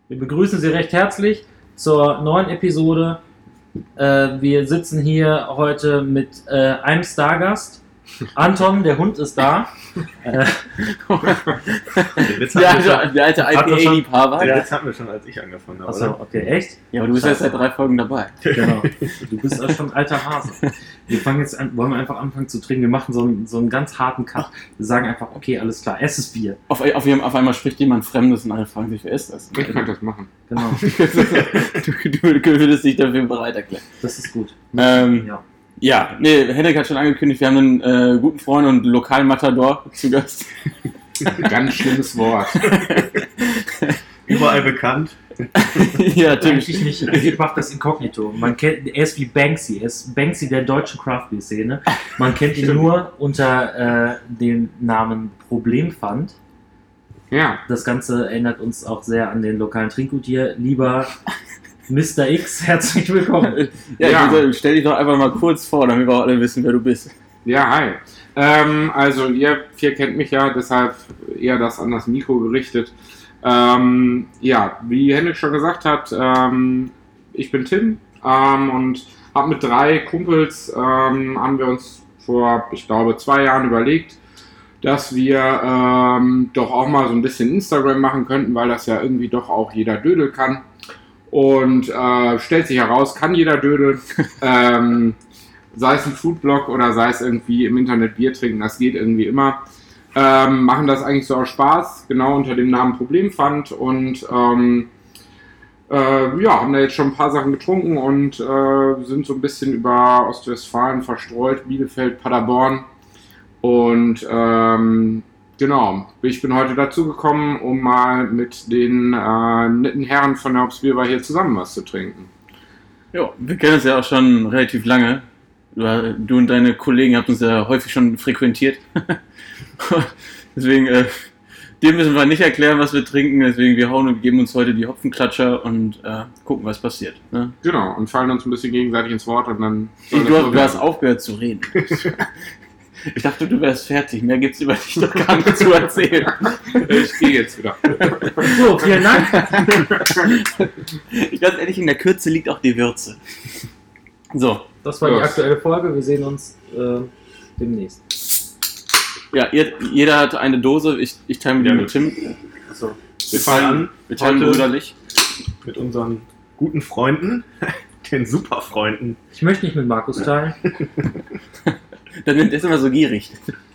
Wir begrüßen Sie recht herzlich zur neuen Episode. Wir sitzen hier heute mit einem Stargast. Anton, der Hund ist da. Der alte IPA-Liebhaber. Den Witz hatten wir schon, als ich angefangen habe. Achso, okay, echt? Ja, aber du bist jetzt seit 3 Folgen dabei. Genau. Du bist auch schon ein alter Hase. Wir fangen jetzt an, wollen wir einfach anfangen zu trinken. Wir machen so einen ganz harten Cut. Wir sagen einfach, okay, alles klar, erstes Bier. Auf einmal spricht jemand Fremdes und alle fragen sich, wer ist das? Ich kann das machen. Genau. Du würdest dich dafür bereit erklären. Das ist gut. Ja. Ja, nee, Henrik hat schon angekündigt, wir haben einen guten Freund und Lokalmatador zu Gast. Ganz schlimmes Wort. Überall bekannt. Ja, Eigentlich nicht. Ich mache das inkognito. Man kennt, er ist wie Banksy. Er ist Banksy der deutschen Craft-Beer-Szene. Man kennt ihn nur unter dem Namen Problempfand. Ja. Das Ganze erinnert uns auch sehr an den lokalen Trinkgut hier. Lieber Mr. X, herzlich willkommen. Ja. Stell dich doch einfach mal kurz vor, damit wir auch alle wissen, wer du bist. Ja, hi. Also ihr 4 kennt mich ja, deshalb eher das an das Mikro gerichtet. Ja, wie Henrik schon gesagt hat, ich bin Tim und habe mit 3 Kumpels, haben wir uns vor, ich glaube, 2 Jahren überlegt, dass wir doch auch mal so ein bisschen Instagram machen könnten, weil das ja irgendwie doch auch jeder Dödel kann. Und stellt sich heraus, kann jeder Dödel, sei es ein Foodblog oder sei es irgendwie im Internet Bier trinken, das geht irgendwie immer. Machen das eigentlich so aus Spaß, genau unter dem Namen Problempfand und haben da jetzt schon ein paar Sachen getrunken und sind so ein bisschen über Ostwestfalen verstreut, Bielefeld, Paderborn und genau, ich bin heute dazu gekommen, um mal mit den netten Herren von der Hops Bierbar hier zusammen was zu trinken. Ja, wir kennen uns ja auch schon relativ lange. Du und deine Kollegen habt uns ja häufig schon frequentiert. Deswegen, dir müssen wir nicht erklären, was wir trinken. Deswegen, wir geben uns heute die Hopfenklatscher und gucken, was passiert. Ne? Genau, und fallen uns ein bisschen gegenseitig ins Wort und dann... Du hast aufgehört zu reden. Ich dachte, du wärst fertig. Mehr gibt's über dich doch gar nicht zu erzählen. Ich gehe jetzt wieder. So, vielen Dank. Ganz ehrlich, in der Kürze liegt auch die Würze. So. Das war die aktuelle Folge. Wir sehen uns demnächst. Ja, jeder hat eine Dose. Ich teile mir die mit Tim. Achso. Wir fangen an heute brüderlich mit unseren guten Freunden, den Superfreunden. Ich möchte nicht mit Markus teilen. Der ist immer so gierig.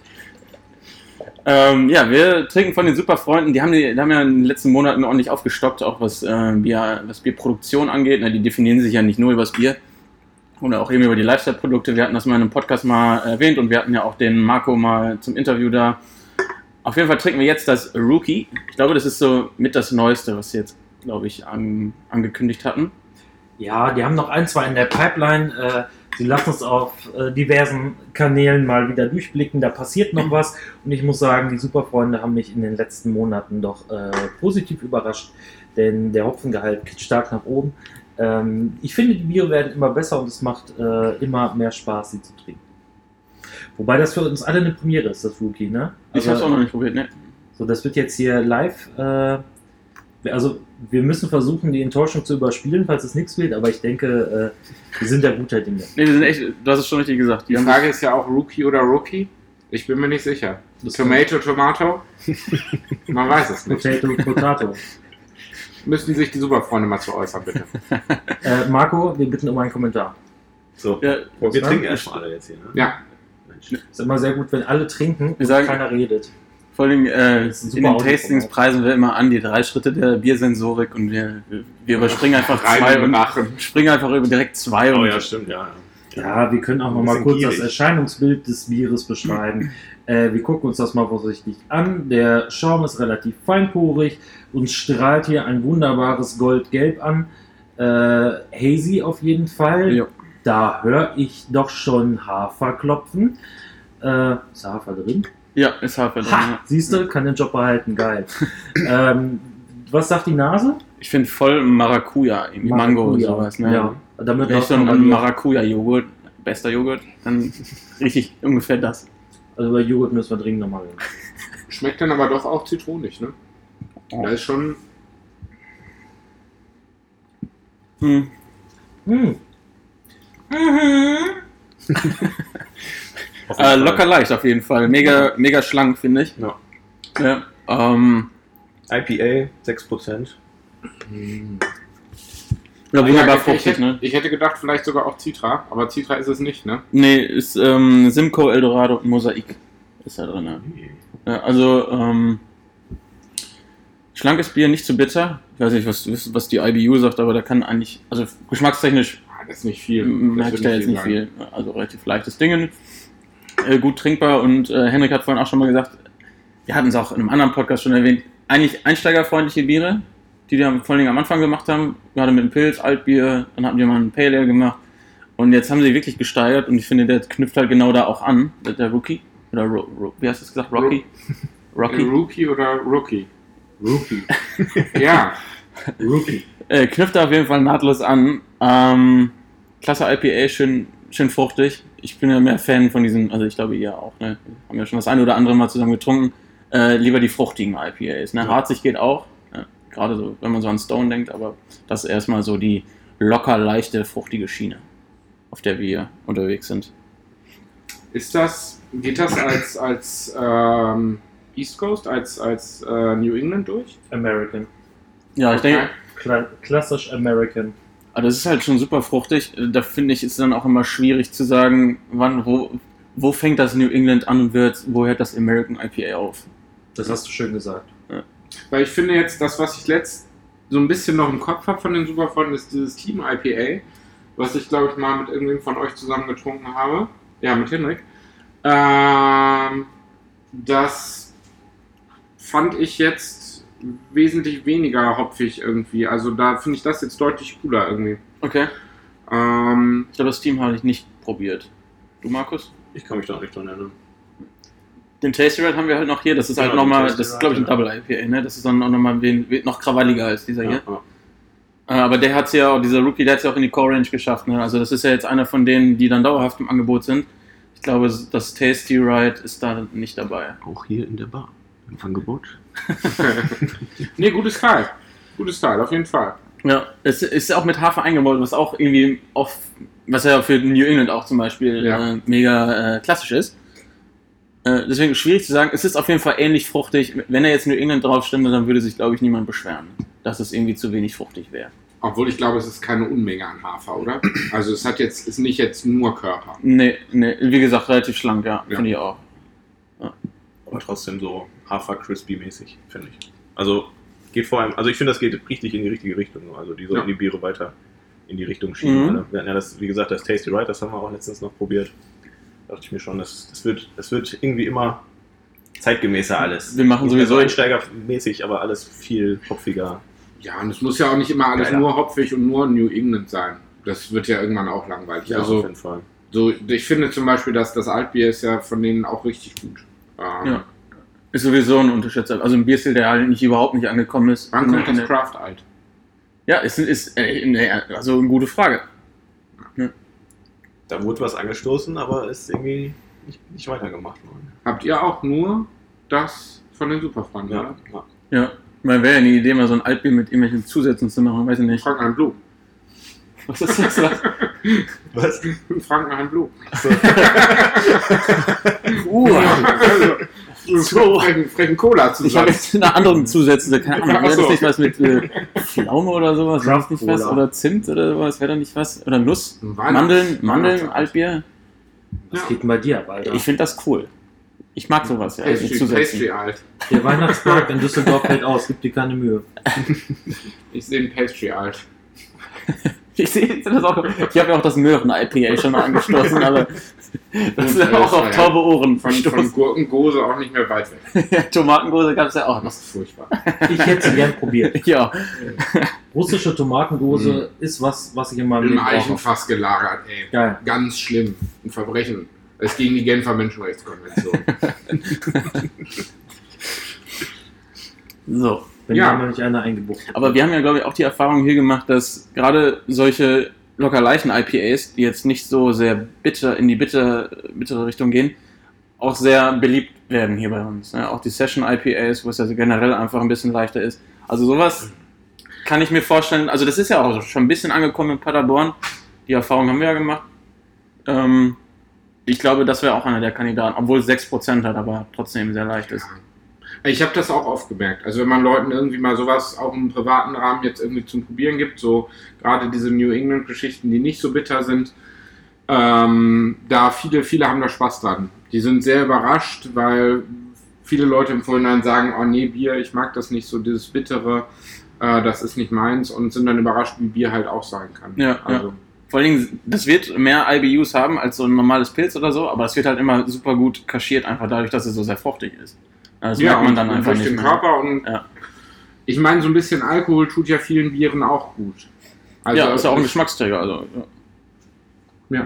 Ja, wir trinken von den Superfreunden. Die haben ja in den letzten Monaten ordentlich aufgestockt, auch was Bierproduktion angeht. Die definieren sich ja nicht nur über das Bier oder auch eben über die Lifestyle-Produkte. Wir hatten das mal in einem Podcast mal erwähnt und wir hatten ja auch den Marco mal zum Interview da. Auf jeden Fall trinken wir jetzt das Rookie. Ich glaube, das ist so mit das Neueste, was sie jetzt, glaube ich, angekündigt hatten. Ja, die haben noch 1, 2 in der Pipeline. Sie lassen uns auf diversen Kanälen mal wieder durchblicken. Da passiert noch was. Und ich muss sagen, die Superfreunde haben mich in den letzten Monaten doch positiv überrascht. Denn der Hopfengehalt geht stark nach oben. Ich finde, die Biere werden immer besser und es macht immer mehr Spaß, sie zu trinken. Wobei das für uns alle eine Premiere ist, das Rookie, ne? Ich habe es auch noch nicht probiert, ne? So, das wird jetzt hier live. Also, wir müssen versuchen, die Enttäuschung zu überspielen, falls es nichts wird, aber ich denke, wir sind da guter Dinge. Ne, wir sind echt, du hast es schon richtig gesagt. Die Frage ist ja auch Rookie oder Rookie. Ich bin mir nicht sicher. Tomato? Man weiß es nicht. Potato. Müssten sich die Superfreunde mal zu äußern, bitte. Marco, wir bitten um einen Kommentar. So, Ja, wir trinken erstmal alle jetzt hier, ne? Ja. Es ist immer sehr gut, wenn alle trinken und sagen, keiner redet. Vor allem ist ein in den super Tastings preisen wir immer an die 3 Schritte der Biersensorik und wir überspringen einfach 2 und springen einfach über direkt 2. Oh ja, stimmt, ja. Ja, wir können auch noch mal kurz das Erscheinungsbild des Bieres beschreiben. Wir gucken uns das mal vorsichtig an. Der Schaum ist relativ feinporig und strahlt hier ein wunderbares Goldgelb an. Hazy auf jeden Fall. Ja. Da höre ich doch schon Hafer klopfen. Ist Hafer drin? Ja, ist Hafer drin. Ja. Siehst du, kann den Job behalten, geil. Was sagt die Nase? Ich finde voll Maracuja, irgendwie Mango oder sowas. Ne? Ja, damit wenn ich so einen Maracuja-Joghurt, bester Joghurt, dann richtig ungefähr das. Also bei Joghurt müssen wir dringend nochmal reden. Schmeckt dann aber doch auch zitronig, ne? Oh. Da ist schon... Hm. Mhm. Locker leicht auf jeden Fall. Mega schlank, finde ich. Ja. Ja, IPA 6%. ja, wunderbar Ja, fruchtig, ne? ich hätte gedacht, vielleicht sogar auch Citra, aber Citra ist es nicht, ne? Nee, ist Simcoe, Eldorado und Mosaik ist da drin. Ja. Ja, also, schlankes Bier, nicht zu bitter. Ich weiß nicht, was die IBU sagt, aber da kann eigentlich, also geschmackstechnisch Das ist nicht viel. merke ich da jetzt nicht viel. Also relativ leichtes Ding. Gut trinkbar und Henrik hat vorhin auch schon mal gesagt, wir hatten es auch in einem anderen Podcast schon erwähnt, eigentlich einsteigerfreundliche Biere, die wir vor allem am Anfang gemacht haben, gerade mit dem Pilz, Altbier, dann hatten wir mal einen Pale Ale gemacht und jetzt haben sie wirklich gesteigert und ich finde, der knüpft halt genau da auch an, der Rookie, oder wie hast du es gesagt, Rocky? Rookie oder Rookie? Rookie. Ja. Rookie. Knüpft da auf jeden Fall nahtlos an. Klasse IPA, schön fruchtig. Ich bin ja mehr Fan von diesen, also ich glaube ihr auch, ne? Haben ja schon das eine oder andere mal zusammen getrunken. Lieber die fruchtigen IPAs. Ne? Ja. Harzig geht auch, gerade so, wenn man so an Stone denkt, aber das ist erstmal so die locker leichte, fruchtige Schiene, auf der wir unterwegs sind. Geht das als East Coast, als New England durch? American. Ja, ich denke, Klassisch American. aber das ist halt schon super fruchtig. Da finde ich, ist dann auch immer schwierig zu sagen, wo fängt das New England an und wo hört das American IPA auf? Das hast du schön gesagt. Weil ich finde jetzt, das, was ich so ein bisschen noch im Kopf habe von den Superfreunden, ist dieses Team IPA, was ich, glaube ich, mal mit irgendwem von euch zusammen getrunken habe. Ja, mit Henrik. Das fand ich jetzt wesentlich weniger hopfig irgendwie. Also da finde ich das jetzt deutlich cooler irgendwie. Okay. Ich glaube, das Team habe ich nicht probiert. Du, Markus? Ich kann mich da auch nicht dran erinnern. Den Tasty Red haben wir halt noch hier. Das ist halt Genau, den nochmal, Tasty das ist Red, glaube ich ein ja. Double IPA, ne? Das ist dann auch nochmal noch krawalliger als dieser hier. Ja. Aber der hat es ja auch, dieser Rookie, der hat es ja auch in die Core Range geschafft, ne? Also das ist ja jetzt einer von denen, die dann dauerhaft im Angebot sind. Ich glaube, das Tasty Ride ist da nicht dabei. Auch hier in der Bar. Im Angebot. Nee, gutes Teil. Gutes Teil, auf jeden Fall. Ja, es ist ja auch mit Hafer eingebaut, was auch irgendwie was ja für New England auch zum Beispiel Ja. mega klassisch ist. Deswegen schwierig zu sagen. Es ist auf jeden Fall ähnlich fruchtig. Wenn er jetzt New England drauf stände, dann würde sich, glaube ich, niemand beschweren, dass es irgendwie zu wenig fruchtig wäre. Obwohl ich glaube, es ist keine Unmenge an Hafer, oder? Also es ist nicht jetzt nur Körper. Nee, wie gesagt, relativ schlank, ja. Finde ich auch. Aber trotzdem so Hafer-Crispy-mäßig, finde ich. Also geht vor allem, also ich finde, das geht richtig in die richtige Richtung. Also die sollten die Biere weiter in die Richtung schieben. Mhm. Wir hatten ja das, wie gesagt, das Tasty Right, das haben wir auch letztens noch probiert. Da dachte ich mir schon, das wird irgendwie immer zeitgemäßer alles. Wir machen Nicht mehr sowieso- so einsteigermäßig, aber alles viel hopfiger. Ja, und es muss ja auch nicht immer alles Geiler. nur hopfig und nur New England sein. Das wird ja irgendwann auch langweilig. Ja, auf Also jeden Fall. so, ich finde zum Beispiel, dass das Altbier ist ja von denen auch richtig gut. Ja. Ist sowieso ein unterschätzter. Also ein Bierstil, der halt überhaupt nicht angekommen ist. Wann kommt das Craft Alt? Ja, also eine gute Frage. Da wurde was angestoßen, aber ist irgendwie nicht weitergemacht worden. Habt ihr auch nur das von den Superfreunden, Ja, oder? ja. Ja, weil wäre ja eine Idee, mal so ein Altbier mit irgendwelchen Zusätzen zu machen, weiß ich nicht. Frank an Blue. Was ist das? Was? Frank an Blue. So. Frechen Cola Ich habe zusammen. jetzt eine anderen Zusätze, keine Ahnung. Ach Wäre so. das nicht was mit Pflaume oder sowas? Wäre das nicht was? Cola. Oder Zimt oder sowas? Wäre da nicht was? Oder Nuss? Weihnachts- Mandeln, Altbier? Was Ja. geht denn bei dir ab, Alter? Ich finde das cool. Ich mag sowas, ja. Also Pastry Zusätzen. Alt. Der Weihnachtsmarkt in Düsseldorf fällt aus, gib dir keine Mühe. Ich sehe ein Pastry Alt. Ich sehe das auch. Ich habe ja auch das Möhren-IPA schon mal angestoßen, aber das ist ja auch auf taube Ohren Von verstoßen. Gurkengose auch nicht mehr weit weg. Ja, Tomatengose gab es ja auch noch. Das ist furchtbar. Ich hätte sie gern probiert. Ja, Russische Tomatengose ist was ich in meinem Im Leben brauche. Eichenfass gelagert, ey. Geil. Ganz schlimm. Ein Verbrechen. Das ist gegen die Genfer Menschenrechtskonvention. so. Wenn Ja. da nicht einer eingebucht hat. Aber wir haben ja, glaube ich, auch die Erfahrung hier gemacht, dass gerade solche locker leichten IPAs, die jetzt nicht so sehr bitter in die bittere Richtung gehen, auch sehr beliebt werden hier bei uns. Ja, auch die Session IPAs, wo es ja generell einfach ein bisschen leichter ist. Also sowas kann ich mir vorstellen, also das ist ja auch schon ein bisschen angekommen in Paderborn. Die Erfahrung haben wir ja gemacht. Ich glaube, das wäre auch einer der Kandidaten, obwohl es 6% hat, aber trotzdem sehr leicht ist. Ich habe das auch oft gemerkt. Also wenn man Leuten irgendwie mal sowas auch im privaten Rahmen jetzt irgendwie zum Probieren gibt, so gerade diese New England-Geschichten, die nicht so bitter sind, da viele haben da Spaß dran. Die sind sehr überrascht, weil viele Leute im Vorhinein sagen, oh nee, Bier, ich mag das nicht so, dieses Bittere, das ist nicht meins und sind dann überrascht, wie Bier halt auch sein kann. Ja, ja. Vor allen Dingen, das wird mehr IBUs haben als so ein normales Pilz oder so, aber es wird halt immer super gut kaschiert, einfach dadurch, dass es so sehr fruchtig ist. Also das merkt man dann einfach durch nicht den mehr. Körper und ich meine, so ein bisschen Alkohol tut ja vielen Bieren auch gut. Also ja, ist ja auch ein Geschmacksträger. Also, ja.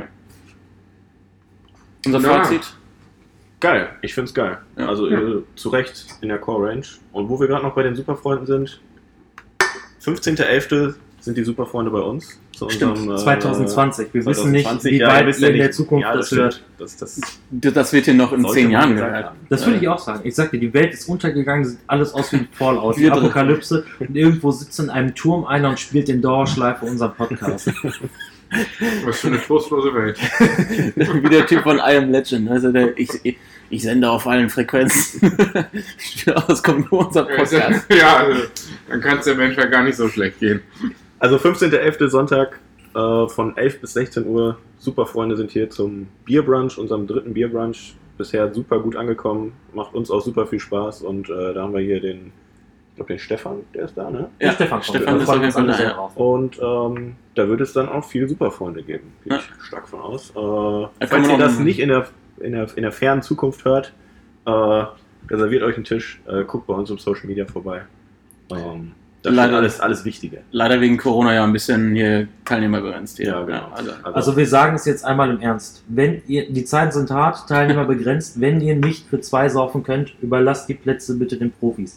Unser Fazit? Geil, ich find's geil. Ja. Also zu Recht in der Core-Range. Und wo wir gerade noch bei den Superfreunden sind, 15.11. sind die Superfreunde bei uns. Zu unserem, 2020. Wir wissen nicht, 2020, wie ja, weit wisst ihr in nicht. der Zukunft Ja, das stimmt. hört. Das wird hier noch in Sollte 10 man Jahren gesagt gehört. haben. Das würde ich auch sagen. Ich sag dir, die Welt ist untergegangen, sieht alles aus wie ein Fallout, wie Wir Apokalypse. Und irgendwo sitzt in einem Turm einer und spielt den Dauerschleife unseren Podcast. Was für eine trostlose Welt. Wie der Typ von I Am Legend. Also ich sende auf allen Frequenzen. Es kommt nur unser Podcast. Ja, also, dann kann es der Mensch ja gar nicht so schlecht gehen. Also 15.11. Sonntag von 11 bis 16 Uhr. Superfreunde sind hier zum Bierbrunch, unserem 3. Bierbrunch. Bisher super gut angekommen, macht uns auch super viel Spaß und da haben wir hier den Stefan, der ist da, ne? Ja, Stefan ist auf jeden Fall da. Ja. Und da wird es dann auch viele Superfreunde geben, gehe ich stark von aus. kann Falls man ihr auch das nicht in der fernen Zukunft hört, reserviert euch einen Tisch, guckt bei uns im Social Media vorbei. Das ist Leider- alles Wichtige. Leider wegen Corona ja ein bisschen hier Teilnehmer begrenzt. Hier. Ja, genau. Also wir sagen es jetzt einmal im Ernst. Wenn ihr, die Zeiten sind hart, Teilnehmer begrenzt. Wenn ihr nicht für 2 saufen könnt, überlasst die Plätze bitte den Profis.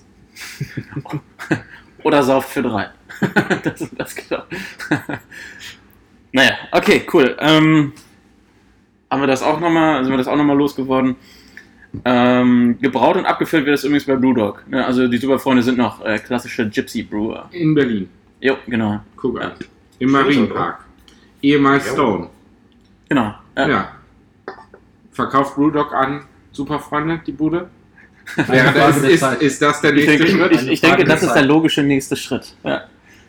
Oder sauft für 3. das geht auch. Naja, okay, cool. Haben wir das auch nochmal, sind wir das auch nochmal losgeworden? Gebraut und abgefüllt wird das übrigens bei Brewdog. Ne? Also die Superfreunde sind noch klassische Gypsy Brewer. In Berlin. Jo, genau. Guck Ja. an. Im Marienpark. Ehemals Stone. Genau. Ja. Verkauft Brewdog an Superfreunde, die Bude? Eine Frage der Zeit. Ist das der Ich nächste denke, Schritt? ich denke, das ist der logische nächste Schritt. Ja.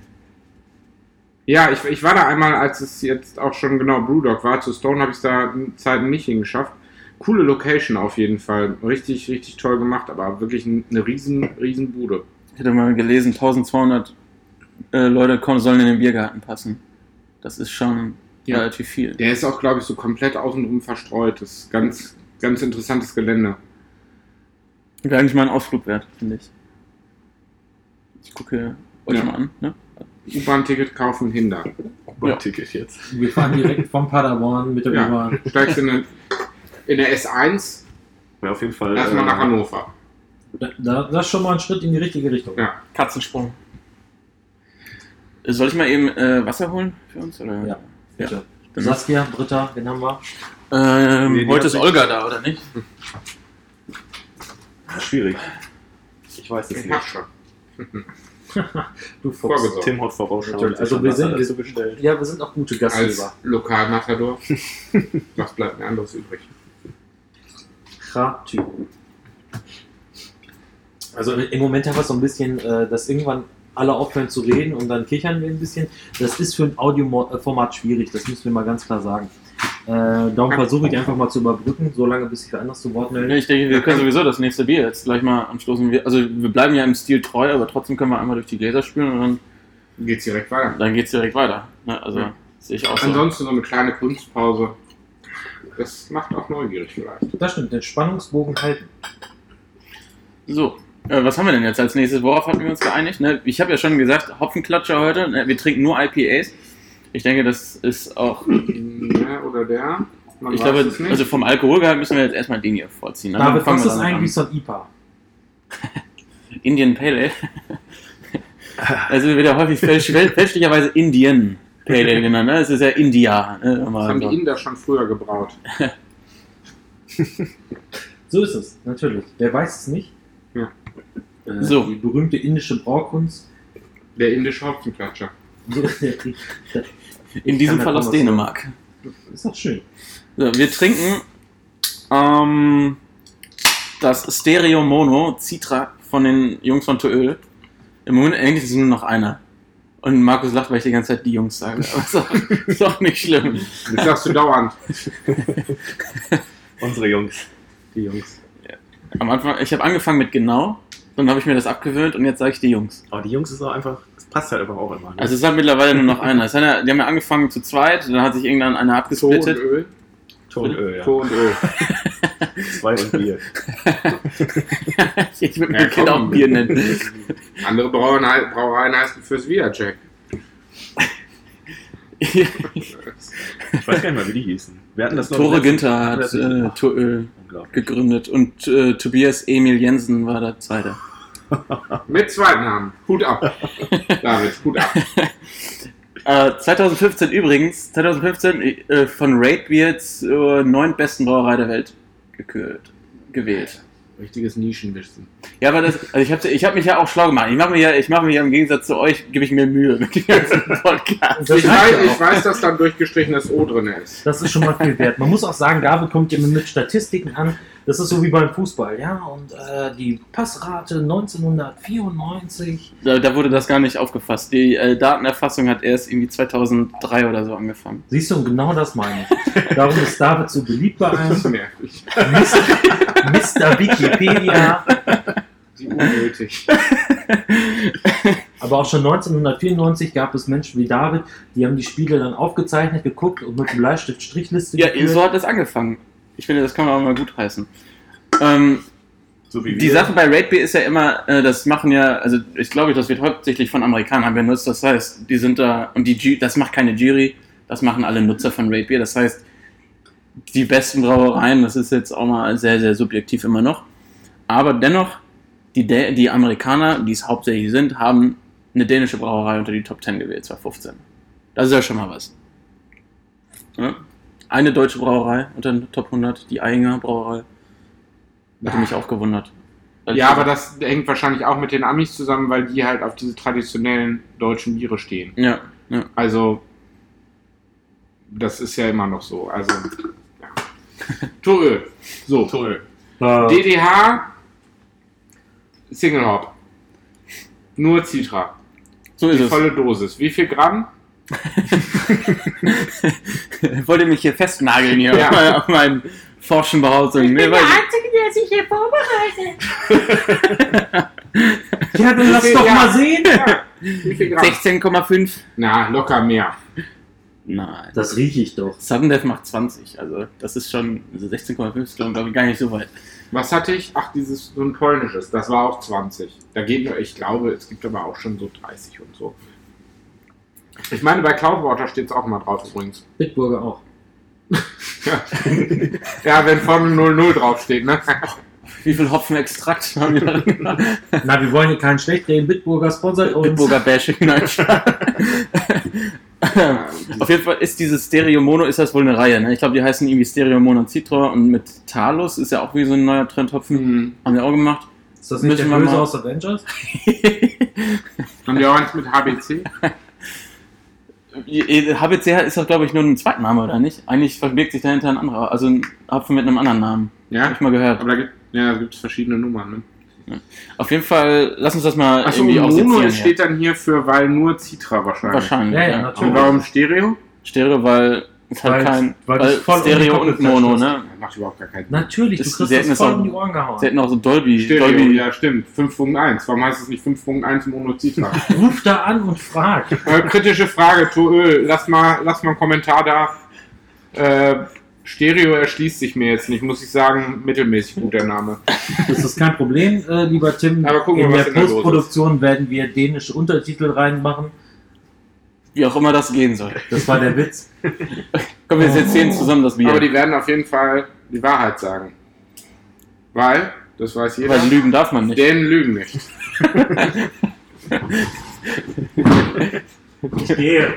Ja, ich war da einmal, als es jetzt auch schon genau Brewdog war. Zu Stone habe ich es da Zeiten nicht hingeschafft. Coole Location auf jeden Fall. Richtig, richtig toll gemacht, aber wirklich eine riesen Bude. Ich hätte mal gelesen, 1200 Leute sollen in den Biergarten passen. Das ist schon relativ viel. Der ist auch, glaube ich, so komplett außenrum verstreut. Das ist ganz interessantes Gelände. Wäre eigentlich mal ein Ausflug wert, finde ich. Ich gucke euch Ja. mal an. Ne? U-Bahn-Ticket kaufen, hinter. Ticket jetzt. Wir fahren direkt vom Paderborn mit der Ja. U-Bahn. Steigst in der S1 Ja, auf jeden Fall. erstmal nach Hannover. Das ist schon mal ein Schritt in die richtige Richtung. Ja. Katzensprung. Soll ich mal eben Wasser holen für uns? Oder? Ja, bitte. Dann- Saskia, Britta, wen haben wir? Nee, die heute hat ist sich- Olga da, oder nicht? Schwierig. Ich weiß es Ich hab nicht. schon. Du Fuchs. Vorgesorgt. Tim hat vorausschauend. Natürlich. Also sich wir Wasser sind, dazu bestellt. ja, wir sind auch gute Als Gastgeber. Lokalmatador. Was bleibt mir anderes übrig? Typ. Also im Moment haben wir so ein bisschen, dass irgendwann alle aufhören zu reden und dann kichern wir ein bisschen. Das ist für ein Audioformat schwierig, das müssen wir mal ganz klar sagen. Darum versuche ich einfach mal zu überbrücken, solange bis ich für anders zu Wort melde. Ich denke, wir können sowieso das nächste Bier jetzt gleich mal anstoßen. Also wir bleiben ja im Stil treu, aber trotzdem können wir einmal durch die Gläser spülen und Geht's direkt weiter. dann geht es direkt weiter. Ne? Also Ja. sehe ich auch so. Ansonsten so eine kleine Kunstpause. Das macht auch neugierig vielleicht. Das stimmt, den Spannungsbogen halten. So, was haben wir denn jetzt als nächstes? Worauf hatten wir uns geeinigt? Ne? Ich habe ja schon gesagt, Hopfenklatscher heute. Ne? Wir trinken nur IPAs. Ich denke, das ist auch... Der oder der? Man Ich weiß glaube, es nicht. also vom Alkoholgehalt müssen wir jetzt erstmal den hier vorziehen. Ne? David, Dann fangen was wir ist damit eigentlich so ein IPA? an. Indian Pale Ale. Also wird ja häufig fälschlicherweise Indian Pale Ale genannt. Ne? Es ist ja India. Ne? Das haben die Inder schon früher gebraut. So ist es, natürlich. Wer weiß es nicht? Ja. So. Die berühmte indische Braukunst. Der indische Hopfenklatscher. In diesem kann Fall da aus was Dänemark. Ist doch schön. So, wir trinken das Stereo Mono Citra von den Jungs von Toöl. Im Moment eigentlich ist es nur noch einer. Und Markus lacht, weil ich die ganze Zeit die Jungs sage. Aber ist auch nicht schlimm. Das sagst du dauernd. Unsere Jungs. Die Jungs. Am Anfang, ich habe angefangen mit genau, dann habe ich mir das abgewöhnt und jetzt sage ich die Jungs. Aber die Jungs ist auch einfach, das passt halt einfach auch immer. Ne? Also es ist halt mittlerweile nur noch einer. Die haben ja angefangen zu zweit, dann hat sich irgendwann einer Ton und abgesplittet. Öl. Tonöl, ja. Ton und Öl. 2 und Bier. Ich würde Ja, mein Kind komm. auch Bier nennen. Andere Brauereien heißen fürs Viajack. Ich weiß gar nicht mal, wie die hießen. Wir hatten das noch. Tore im Günther letzten- hat Toöl Unglaublich. gegründet und Tobias Emil Jensen war der Zweite. Mit zweiten Namen. Hut ab. David, Hut ab. 2015 übrigens, von Rate Beer zur 9. besten Brauerei der Welt gewählt. Richtiges Nischenwissen. Ja, aber ich hab mich ja auch schlau gemacht. Ich mache mir ja im Gegensatz zu euch, gebe ich mir Mühe mit dem ganzen Podcast. Das Ich reicht ja weiß, auch. ich weiß, dass da ein durchgestrichenes O drin ist. Das ist schon mal viel wert. Man muss auch sagen, David kommt immer mit Statistiken an. Das ist so wie beim Fußball, ja. Und die Passrate 1994. Da wurde das gar nicht aufgefasst. Die Datenerfassung hat erst irgendwie 2003 oder so angefangen. Siehst du, und genau das meine ich. Darum ist David so beliebt bei Das ist einem. nervig. Mr. Wikipedia. Die unnötig. Aber auch schon 1994 gab es Menschen wie David, die haben die Spiele dann aufgezeichnet, geguckt und mit dem Bleistift Strichliste Ja, geführt. so hat es angefangen. Ich finde, das kann man auch mal gut heißen. So wie Die wir. Sache bei Rate Beer ist ja immer, das machen ja, also ich glaube, das wird hauptsächlich von Amerikanern benutzt. Das heißt, die sind da, und das macht keine Jury, das machen alle Nutzer von Rate Beer. Das heißt, die besten Brauereien, das ist jetzt auch mal sehr, sehr subjektiv immer noch. Aber dennoch, die Amerikaner, die es hauptsächlich sind, haben eine dänische Brauerei unter die Top 10 gewählt, 2015. Das ist ja schon mal was. Ja? Eine deutsche Brauerei unter den Top 100, die Einger Brauerei. Hätte mich auch gewundert. Ja, aber das hängt wahrscheinlich auch mit den Amis zusammen, weil die halt auf diese traditionellen deutschen Biere stehen. Ja, ja. Also, das ist ja immer noch so. Also, ja. Toöl. So. Toll. DDH Single Hop. Nur Citra. So ist Die es. volle Dosis. Wie viel Gramm? Wollt ihr mich hier festnageln hier Ja. auf meinen forschen Behauptungen? Nee, weil- Einzige, der sich hier vorbereitet. Ja, dann lass doch Ja. mal sehen. Ja. Wie viel Gramm? 16,5. Na, locker mehr. Nein. Das rieche ich doch. Sudden Death macht 20. Also das ist schon, also 16,5 ist glaube ich gar nicht so weit. Was hatte ich? Ach, dieses so ein polnisches. Das war auch 20. Da geht nur, ich glaube, es gibt aber auch schon so 30 und so. Ich meine, bei Cloudwater steht es auch mal drauf übrigens. Bitburger auch. Ja, wenn vorne 00 draufsteht, ne? Wie viel Hopfenextrakt haben wir da drin? Na, wir wollen hier keinen schlecht reden. Bitburger sponsert uns. Bitburger Bashing. Nein. Auf jeden Fall ist dieses Stereo Mono, ist das wohl eine Reihe, ne? Ich glaube, die heißen irgendwie Stereo Mono Citra und mit Talos ist ja auch wie so ein neuer Trendhopfen. Mhm. Haben wir auch gemacht. Ist das nicht Müssen der wir Böse mal- aus Avengers? Haben die auch eins mit HBC? HBC ist doch, glaube ich, nur ein Zweitname, oder nicht? Eigentlich verbirgt sich dahinter ein anderer, also ein Hopfen mit einem anderen Namen. Ja? Hab ich mal gehört. Aber da gibt es verschiedene Nummern, ne? Auf jeden Fall, lass uns das mal Achso, irgendwie Mono aussezieren. steht dann hier für, weil nur Citra wahrscheinlich. Wahrscheinlich. Ja, ja, ja. natürlich. Und warum Stereo? Stereo, weil es halt kein. weil Weil das voll um die Stereo Koppel und Mono, verschlüsselt. ne? Macht überhaupt gar keinen Sinn. Natürlich, du Das- kriegst sie hätten das es voll auch- um die Ohren gehauen. Sie hätten auch so Dolby. Stereo, Dolby ja stimmt. 5.1. Warum heißt es nicht 5.1 Mono Citra? Ruf da an und frag. Kritische Frage, Toöl. Lass mal einen Kommentar da. Stereo erschließt sich mir jetzt nicht, muss ich sagen, mittelmäßig gut der Name. Das ist kein Problem, lieber Tim. Aber gucken wir, in was der in der Dose Postproduktion werden wir dänische Untertitel reinmachen. Wie auch immer das gehen soll. Das war der Witz. Komm, wir erzählen zusammen das Bier. Aber die werden auf jeden Fall die Wahrheit sagen. Weil, das weiß jeder, Weil lügen darf man nicht. Dänen lügen nicht. Ich gehe.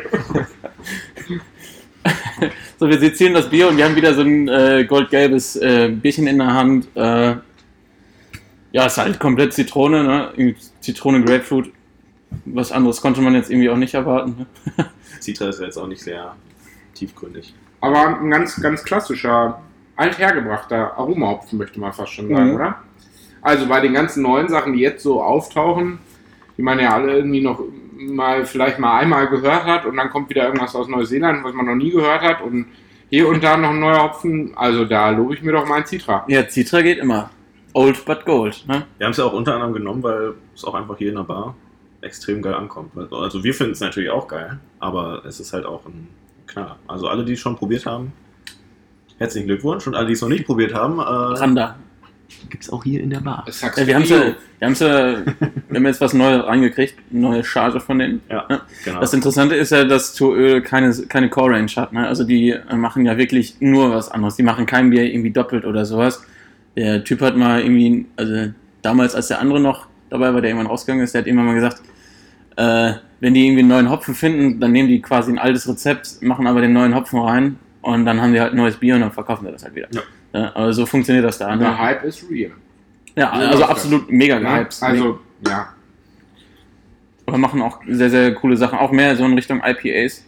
So, wir sezieren das Bier und wir haben wieder so ein goldgelbes Bierchen in der Hand. Ja, ist halt komplett Zitrone, ne? Irgendwie Zitrone, Grapefruit. was anderes konnte man jetzt irgendwie auch nicht erwarten. Ne? Citra ist ja jetzt auch nicht sehr tiefgründig. Aber ein ganz, ganz klassischer, althergebrachter Aromahopfen, möchte man fast schon sagen, oder? Also bei den ganzen neuen Sachen, die jetzt so auftauchen, die man ja alle irgendwie noch vielleicht mal einmal gehört hat und dann kommt wieder irgendwas aus Neuseeland, was man noch nie gehört hat und hier und da noch ein neuer Hopfen, also da lobe ich mir doch mein Citra. Ja, Citra geht immer. Old but gold. Ne? Wir haben es ja auch unter anderem genommen, weil es auch einfach hier in der Bar extrem geil ankommt. Also wir finden es natürlich auch geil, aber es ist halt auch ein Knaller. Also alle, die es schon probiert haben, herzlichen Glückwunsch. Und alle, die es noch nicht probiert haben, Randa. gibt es auch hier in der Bar. Ja, wir haben jetzt was Neues reingekriegt, eine neue Charge von denen. Ja, genau. Das Interessante ist ja, dass Toöl keine Core-Range hat. Ne? Also die machen ja wirklich nur was anderes. Die machen kein Bier irgendwie doppelt oder sowas. Der Typ hat mal irgendwie, also damals, als der andere noch dabei war, der irgendwann rausgegangen ist, der hat irgendwann mal gesagt, wenn die irgendwie einen neuen Hopfen finden, dann nehmen die quasi ein altes Rezept, machen aber den neuen Hopfen rein und dann haben die halt ein neues Bier und dann verkaufen die das halt wieder. Ja. Ja, aber so funktioniert das da. Ne? Der Hype ist real. Ja, also absolut mega Ja, gehypt. also, ja. Aber machen auch sehr, sehr coole Sachen. Auch mehr so in Richtung IPAs.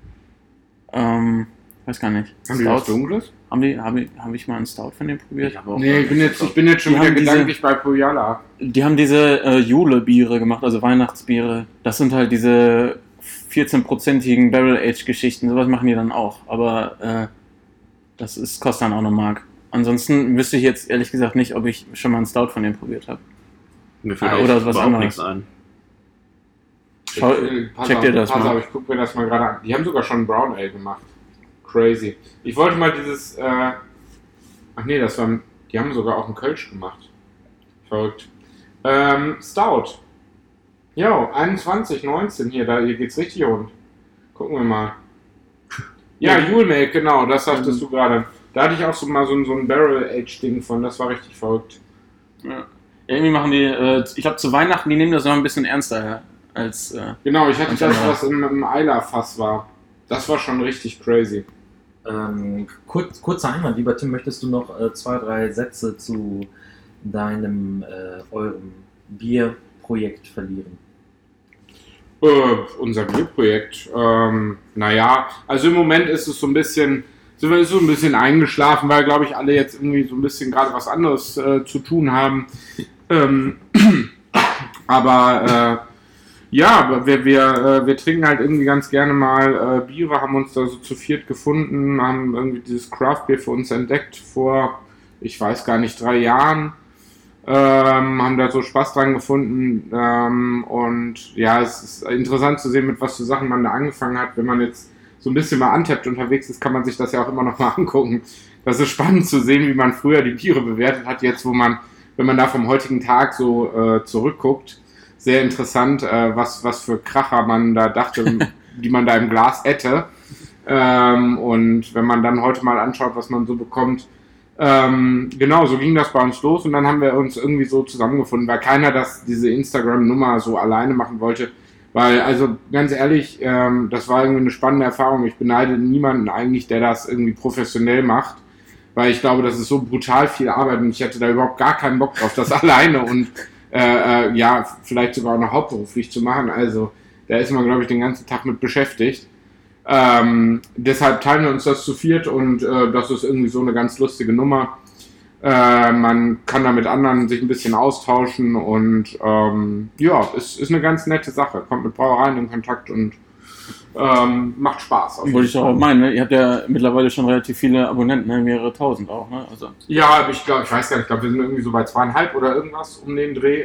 Weiß gar nicht. Haben die was Dunkles? Hab ich mal einen Stout von denen probiert? Nee, ich bin jetzt schon Die wieder haben gedanklich bei Pujala. Die haben diese Jule-Biere gemacht, also Weihnachtsbiere. Das sind halt diese 14-prozentigen Barrel-Age-Geschichten. Sowas machen die dann auch. Aber kostet dann auch eine Mark. Ansonsten wüsste ich jetzt ehrlich gesagt nicht, ob ich schon mal einen Stout von denen probiert habe. Mir fällt oder was überhaupt anderes. nichts ein. Check dir das mal. Ich guck mir das mal gerade an. Die haben sogar schon Brown Ale gemacht. Crazy. Ich wollte mal dieses, die haben sogar auch einen Kölsch gemacht. Verrückt. Stout. Jo, 21,19 hier geht's richtig rund. Gucken wir mal. Ja, Yule Milk, genau, das sagtest du gerade. Da hatte ich auch so mal so ein Barrel-Age-Ding von, das war richtig verrückt. Ja. Irgendwie machen die, ich glaube zu Weihnachten, die nehmen das noch ein bisschen ernster als... Genau, ich hatte als das, andere. was im Eiler-Fass war. Das war schon richtig crazy. Kurzer Einwand, lieber Tim, möchtest du noch 2, 3 Sätze zu eurem Bierprojekt verlieren? Unser Bierprojekt, naja, also im Moment ist es so ein bisschen eingeschlafen, weil, glaube ich, alle jetzt irgendwie so ein bisschen gerade was anderes zu tun haben. Aber wir trinken halt irgendwie ganz gerne mal Biere, haben uns da so zu viert gefunden, haben irgendwie dieses Craft-Bier für uns entdeckt vor, ich weiß gar nicht, 3 Jahren. Haben da so Spaß dran gefunden und ja, es ist interessant zu sehen, mit was für Sachen man da angefangen hat. Wenn man jetzt so ein bisschen mal untappt unterwegs ist, kann man sich das ja auch immer noch mal angucken. Das ist spannend zu sehen, wie man früher die Biere bewertet hat, jetzt wenn man da vom heutigen Tag so zurückguckt. Sehr interessant, was für Kracher man da dachte, die man da im Glas hätte. Und wenn man dann heute mal anschaut, was man so bekommt, genau, so ging das bei uns los und dann haben wir uns irgendwie so zusammengefunden, weil keiner diese Instagram-Nummer so alleine machen wollte, weil, also ganz ehrlich, das war irgendwie eine spannende Erfahrung. Ich beneide niemanden eigentlich, der das irgendwie professionell macht, weil ich glaube, das ist so brutal viel Arbeit und ich hätte da überhaupt gar keinen Bock drauf, das alleine und vielleicht sogar auch noch hauptberuflich zu machen. Also da ist man, glaube ich, den ganzen Tag mit beschäftigt. Deshalb teilen wir uns das zu viert und das ist irgendwie so eine ganz lustige Nummer. Man kann da mit anderen sich ein bisschen austauschen und ist eine ganz nette Sache. Kommt mit Brauereien in Kontakt und macht Spaß. Wollte ich doch auch meinen, ne? Ihr habt ja mittlerweile schon relativ viele Abonnenten, ne? Mehrere tausend auch, ne? Also. Ja, ich weiß gar nicht, ich glaube, wir sind irgendwie so bei 2,5 oder irgendwas um den Dreh.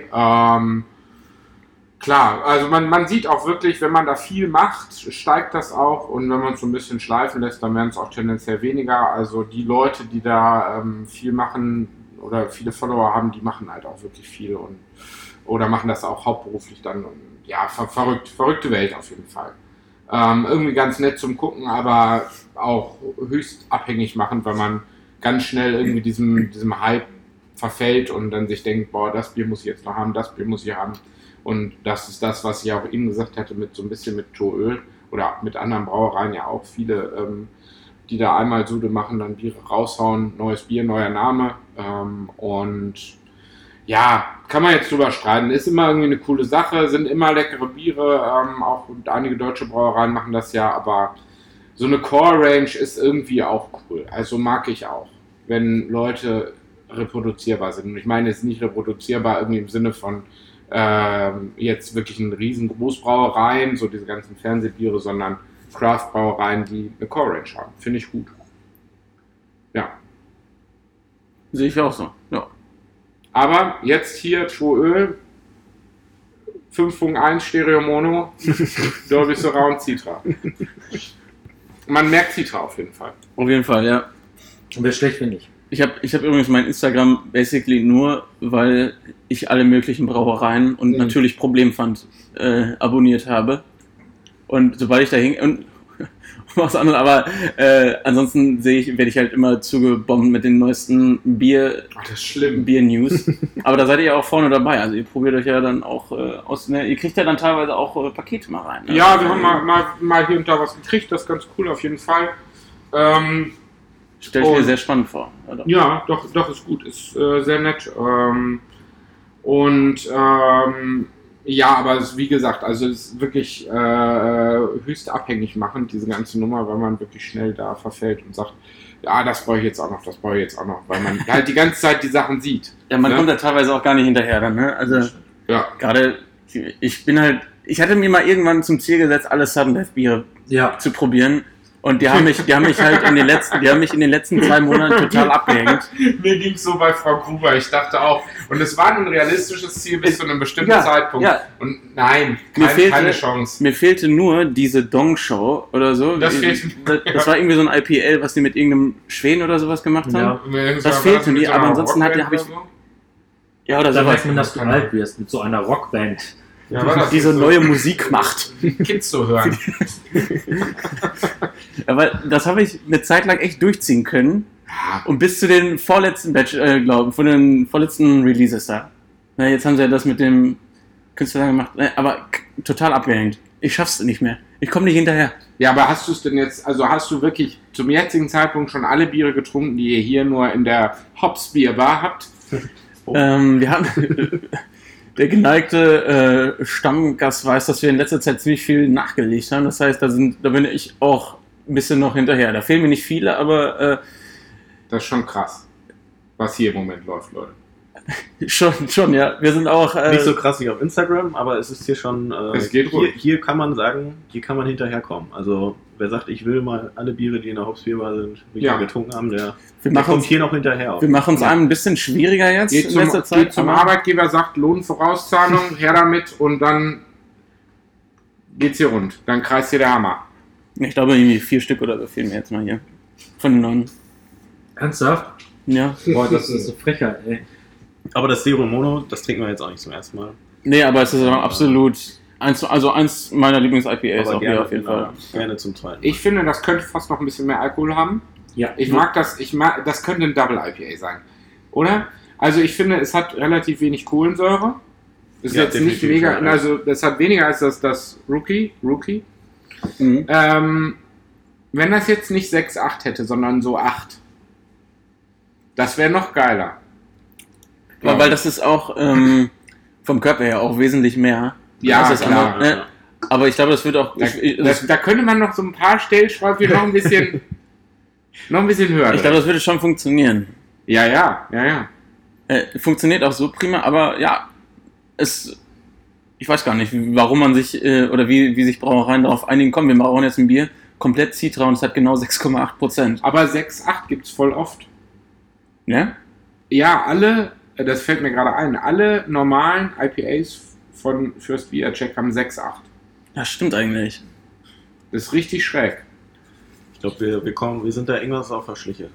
Klar, also man sieht auch wirklich, wenn man da viel macht, steigt das auch und wenn man es so ein bisschen schleifen lässt, dann werden es auch tendenziell weniger. Also die Leute, die da viel machen oder viele Follower haben, die machen halt auch wirklich viel oder machen das auch hauptberuflich dann. Und, ja, verrückte Welt auf jeden Fall. Irgendwie ganz nett zum Gucken, aber auch höchst abhängig machen, weil man ganz schnell irgendwie diesem Hype verfällt und dann sich denkt, boah, das Bier muss ich jetzt noch haben, das Bier muss ich haben. Und das ist das, was ich auch eben gesagt hatte, mit so ein bisschen mit Toöl oder mit anderen Brauereien ja auch viele, die da einmal Sude machen, dann Biere raushauen, neues Bier, neuer Name. Und Ja, kann man jetzt drüber streiten. Ist immer irgendwie eine coole Sache, sind immer leckere Biere, auch einige deutsche Brauereien machen das ja, aber so eine Core-Range ist irgendwie auch cool. Also mag ich auch, wenn Leute reproduzierbar sind. Und ich meine jetzt nicht reproduzierbar irgendwie im Sinne von jetzt wirklich ein riesen Großbrauereien, so diese ganzen Fernsehbiere, sondern Craft-Brauereien, die eine Core-Range haben. Finde ich gut. Ja. Sehe ich auch so. Ja. Aber jetzt hier Troöl, 5.1 Stereo Mono, Dolby Surround Citra. Man merkt Citra auf jeden Fall. Auf jeden Fall, ja. Wäre schlecht, wenn nicht. Ich hab übrigens mein Instagram basically nur, weil ich alle möglichen Brauereien und natürlich Problempfand abonniert habe. Und sobald ich da hing und was anderes, aber ansonsten werde ich halt immer zugebombt mit den neuesten Das ist schlimm. Bier-News. Aber da seid ihr ja auch vorne dabei. Also ihr probiert euch ja dann auch aus. Ne, ihr kriegt ja dann teilweise auch Pakete mal rein. Ne? Ja, wir haben mal hier und da was gekriegt, das ist ganz cool auf jeden Fall. Stell ich mir sehr spannend vor. Oder? Ja, doch, ist gut, ist sehr nett. Ja, aber es, wie gesagt, also es ist wirklich höchst abhängig machend, diese ganze Nummer, weil man wirklich schnell da verfällt und sagt, ja, das brauche ich jetzt auch noch, das brauche ich jetzt auch noch, weil man halt die ganze Zeit die Sachen sieht. Ja, man ne? kommt da teilweise auch gar nicht hinterher dann, ne? Also Ja. gerade, ich hatte mir mal irgendwann zum Ziel gesetzt, alle Sudden Death Biere zu probieren. Und die haben mich halt in den letzten 2 Monaten total abgehängt. Mir ging es so bei Frau Gruber, ich dachte auch, und es war ein realistisches Ziel bis zu einem bestimmten Zeitpunkt. Ja. Und nein, keine Chance. Mir fehlte nur diese Dong-Show oder so. Das war irgendwie so ein IPL, was die mit irgendeinem Schweden oder sowas gemacht haben. Ja. Das fehlte mir, aber ansonsten habe ich... Ja, oder so. Da weiß man, dass du alt wirst mit so einer Rockband. Ja, die so neue Musik macht. Kids zu hören. Aber das habe ich eine Zeit lang echt durchziehen können. Und bis zu den vorletzten von den vorletzten Releases da. Na, jetzt haben sie ja das mit dem Künstler gemacht. Aber total abgehängt. Ich schaff's nicht mehr. Ich komme nicht hinterher. Ja, aber hast du es denn jetzt, also hast du wirklich zum jetzigen Zeitpunkt schon alle Biere getrunken, die ihr hier nur in der Hops Bier Bar habt? Wir haben... Der geneigte Stammgast weiß, dass wir in letzter Zeit ziemlich viel nachgelegt haben. Das heißt, da bin ich auch ein bisschen noch hinterher. Da fehlen mir nicht viele, aber... das ist schon krass, was hier im Moment läuft, Leute. Schon, ja. Wir sind auch... nicht so krass wie auf Instagram, aber es ist hier schon... es geht hier kann man sagen, hier kann man hinterherkommen. Also wer sagt, ich will mal alle Biere, die in der Hopsbierbar sind, getrunken haben, der kommt hier noch hinterher. Wir machen es einem ein bisschen schwieriger jetzt in letzter Zeit. Geht zum Arbeitgeber, sagt Lohnvorauszahlung, her damit und dann geht's hier rund. Dann kreist hier der Hammer. Ich glaube, irgendwie 4 Stück oder so fehlen mir jetzt mal hier. Von den 9. Ernsthaft? Ja. Boah, das ist so frecher, ey. Aber das Zero Mono, das trinken wir jetzt auch nicht zum ersten Mal. Nee, aber es ist absolut eins meiner Lieblings-IPAs auch hier auf jeden Fall. Gerne zum zweiten. Ich finde, das könnte fast noch ein bisschen mehr Alkohol haben. Ja. Ich mag das, das könnte ein Double IPA sein. Oder? Also ich finde, es hat relativ wenig Kohlensäure. Ist jetzt nicht mega, also das hat weniger als das Rookie. Mhm. Wenn das jetzt nicht 6,8 hätte, sondern so 8. Das wäre noch geiler. Ja, weil das ist auch vom Körper her auch wesentlich mehr. Ja, das klar. Andere, ne? Aber ich glaube, das wird auch... Da könnte man noch so ein paar Stellschräubchen noch ein bisschen höher. Ich glaube, das würde schon funktionieren. Ja. Funktioniert auch so prima, aber ja, ich weiß gar nicht, warum man sich oder wie sich Brauereien darauf einigen. Komm, wir brauchen jetzt ein Bier, komplett Citra und es hat genau 6,8%. Aber 6,8 gibt es voll oft. Ne? Ja, das fällt mir gerade ein, alle normalen IPAs von First Beer Check haben 6,8. Das stimmt eigentlich. Das ist richtig schräg. Ich glaube, wir sind da irgendwas auf der Schliche.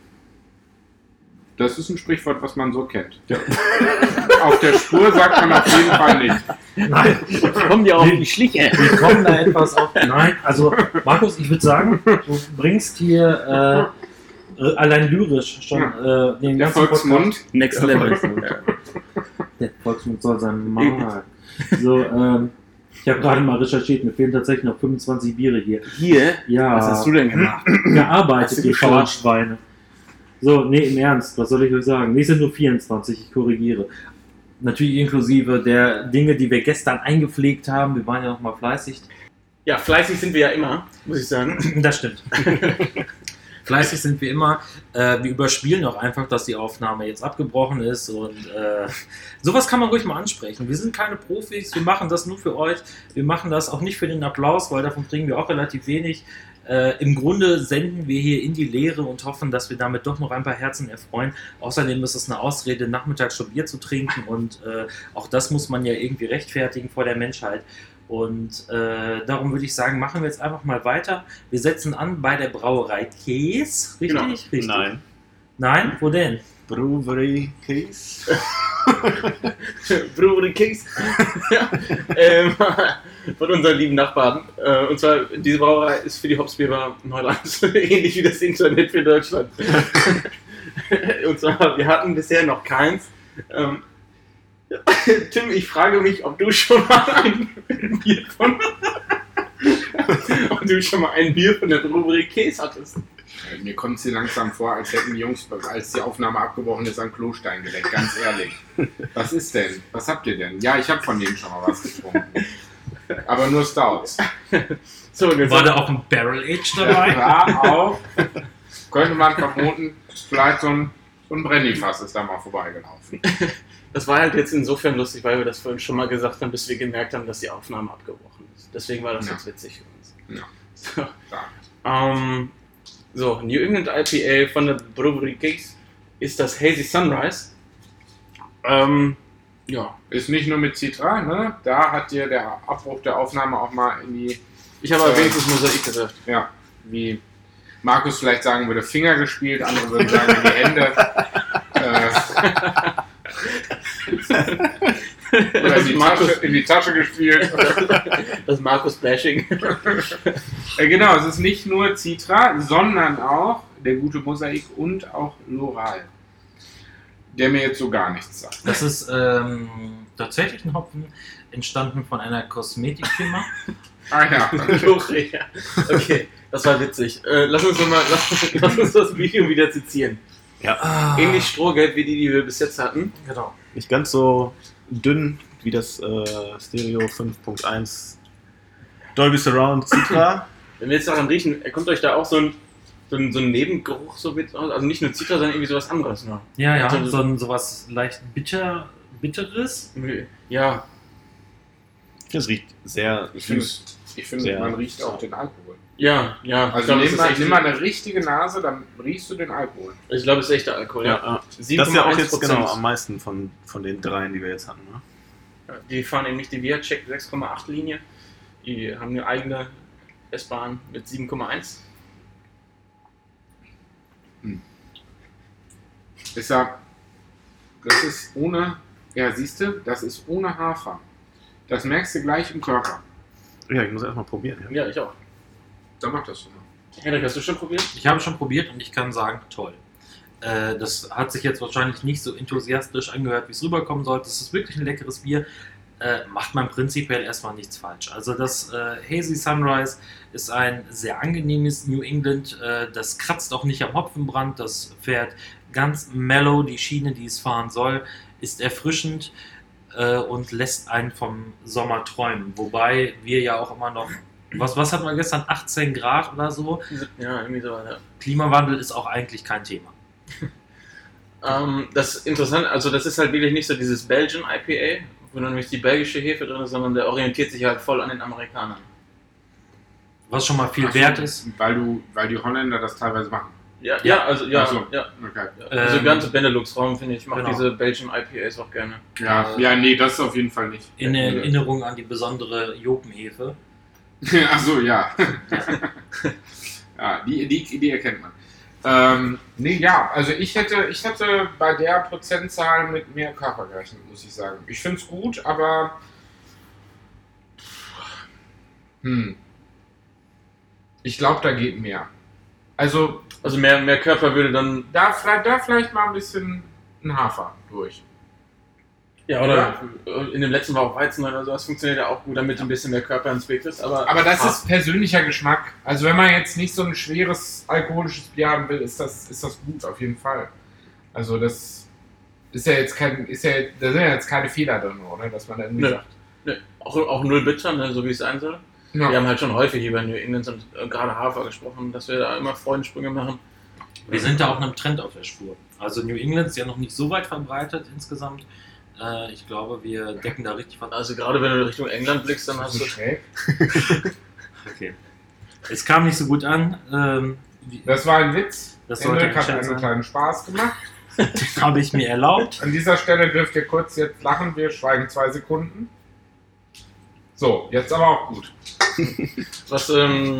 Das ist ein Sprichwort, was man so kennt. Ja. Auf der Spur sagt man auf jeden Fall nicht. Nein, kommen die auf die Schliche. Wir kommen da etwas auf. Nein, also Markus, ich würde sagen, du bringst hier allein lyrisch schon den der ganzen Volksmund. Podcast. Next Level. Der Volksmund soll sein Maul. So, ich habe gerade mal recherchiert, mir fehlen tatsächlich noch 25 Biere hier. Hier? Ja. Was hast du denn gemacht? Gearbeitet, die Schweine. So, nee, im Ernst, was soll ich euch sagen? Nee, es sind nur 24, ich korrigiere. Natürlich inklusive der Dinge, die wir gestern eingepflegt haben. Wir waren ja noch mal fleißig. Ja, fleißig sind wir ja immer, muss ich sagen. Das stimmt. Fleißig sind wir immer. Wir überspielen auch einfach, dass die Aufnahme jetzt abgebrochen ist. Und sowas kann man ruhig mal ansprechen. Wir sind keine Profis, wir machen das nur für euch. Wir machen das auch nicht für den Applaus, weil davon kriegen wir auch relativ wenig. Im Grunde senden wir hier in die Leere und hoffen, dass wir damit doch noch ein paar Herzen erfreuen. Außerdem ist es eine Ausrede, nachmittags schon Bier zu trinken. Und auch das muss man ja irgendwie rechtfertigen vor der Menschheit. Und darum würde ich sagen, machen wir jetzt einfach mal weiter. Wir setzen an bei der Brauerei Käs. Richtig? Genau. Richtig. Nein. Nein? Wo denn? Brewery Case. Brewery Kings. Ja, von unseren lieben Nachbarn. Und zwar, diese Brauerei ist für die Hopsgeber Neuland ähnlich wie das Internet für Deutschland. Und zwar, wir hatten bisher noch keins. Tim, ich frage mich, ob du schon mal ein Bier von der Brewery Käse hattest. Mir kommt es hier langsam vor, als hätten die Jungs, als die Aufnahme abgebrochen ist, an Klostein geleckt, ganz ehrlich. Was ist denn? Was habt ihr denn? Ja, ich habe von denen schon mal was getrunken. Aber nur Stouts. So, und jetzt War da auch ein Barrel Age dabei? Ja, auch. Könnte man vermuten, vielleicht so ein Brandyfass ist da mal vorbeigelaufen. Das war halt jetzt insofern lustig, weil wir das vorhin schon mal gesagt haben, bis wir gemerkt haben, dass die Aufnahme abgebrochen ist. Deswegen war das jetzt witzig für uns. Ja. So, New England IPA von der Brewery Kings ist das Hazy Sunrise. Ja. Ist nicht nur mit Citra, ne? Da hat dir der Abbruch der Aufnahme auch mal in die, Ich habe wenigstens Mosaik gesagt. ja, wie Markus vielleicht sagen würde, Finger gespielt, andere würden sagen in die Hände. Oder in die Tasche gespielt. Das Markus-Bashing. Genau, es ist nicht nur Citra, sondern auch der gute Mosaik und auch Loral. Der mir jetzt so gar nichts sagt. Das ist tatsächlich ein Hopfen, entstanden von einer Kosmetikfirma. Ah ja. Lorea. Okay, das war witzig. Lass uns das Video wieder zitieren. Ja. Ähnlich strohgelb wie die wir bis jetzt hatten. Genau. Nicht ganz so dünn wie das Stereo 5.1 Dolby Surround Citra. Wenn wir jetzt daran riechen, kommt euch da auch so ein Nebengeruch so mit, also nicht nur Citra, sondern irgendwie sowas anderes noch. Ja, ja, Also, sowas leicht bitteres. Ja, Das riecht sehr süß. Ich finde, Sehr. man riecht auch den Alkohol. ja. Also nimm mal eine richtige Nase, dann riechst du den Alkohol. Ich glaube, es ist echter Alkohol, ja. Ja. Das ist ja auch jetzt 7,1%. genau am meisten von den dreien, die wir jetzt hatten. Ne? Die fahren eben nicht die Viacek 6,8 Linie. Die haben eine eigene S-Bahn mit 7,1. Das ist ohne, ja siehst du, das ist ohne Hafer. Das merkst du gleich im Körper. Ja, ich muss erstmal probieren. Ja. Ja, ich auch. Dann mach das schon mal. Henrik, hast du schon probiert? Ich habe schon probiert und ich kann sagen, toll. Das hat sich jetzt wahrscheinlich nicht so enthusiastisch angehört, wie es rüberkommen sollte. Es ist wirklich ein leckeres Bier. Macht man prinzipiell erstmal nichts falsch. Also das Hazy Sunrise ist ein sehr angenehmes New England. Das kratzt auch nicht am Hopfenbrand. Das fährt ganz mellow die Schiene, die es fahren soll. Ist erfrischend und lässt einen vom Sommer träumen. Wobei wir ja auch immer noch, was hatten wir gestern, 18 Grad oder so. Ja, irgendwie so. Ja. Klimawandel ist auch eigentlich kein Thema. Das ist interessant, also das ist halt wirklich nicht so dieses Belgian IPA, wo dann nämlich die belgische Hefe drin ist, sondern der orientiert sich halt voll an den Amerikanern. Was schon mal viel Ach so, wert ist. Weil die Holländer das teilweise machen. Ja. Ach so. Ja. Okay. Also ganze Benelux-Raum finde ich. Ich mag Genau. diese Belgian IPAs auch gerne. Ja, nee, das ist auf jeden Fall nicht. In Erinnerung an die besondere Jopenhefe. Ach so, ja. Ja, die erkennt man. Nee, ja, also ich hätte bei der Prozentzahl mit mehr Körper gerechnet, muss ich sagen. Ich finde es gut, aber ich glaube, da geht mehr. Also Also mehr Körper würde dann. da vielleicht mal ein bisschen ein Hafer durch. Ja, oder in dem letzten war auch Weizen oder so. Das funktioniert ja auch gut, damit du ein bisschen mehr Körper ins Weg kriegst. Aber das ist persönlicher Geschmack. Also wenn man jetzt nicht so ein schweres alkoholisches Bier haben will, ist das gut, auf jeden Fall. Also das da sind ja jetzt keine Fehler drin, oder? Dass man da irgendwie sagt. Ne, auch null bitter, ne, so wie es sein soll. Ja. Wir haben halt schon häufig über New England und gerade Hafer gesprochen, dass wir da immer Freudensprünge machen. Wir sind da auch einem Trend auf der Spur. Also New England ist ja noch nicht so weit verbreitet insgesamt. Ich glaube, wir decken da richtig was. Also gerade wenn du Richtung England blickst, dann Das hast ist so du... schräg. Okay. Es kam nicht so gut an. Das war ein Witz. Das sollte Henrik ein hat Scherz einen sein. kleinen Spaß gemacht. Habe ich mir erlaubt. An dieser Stelle dürft ihr kurz jetzt lachen. Wir schweigen 2 Sekunden. So, jetzt aber auch gut. Was,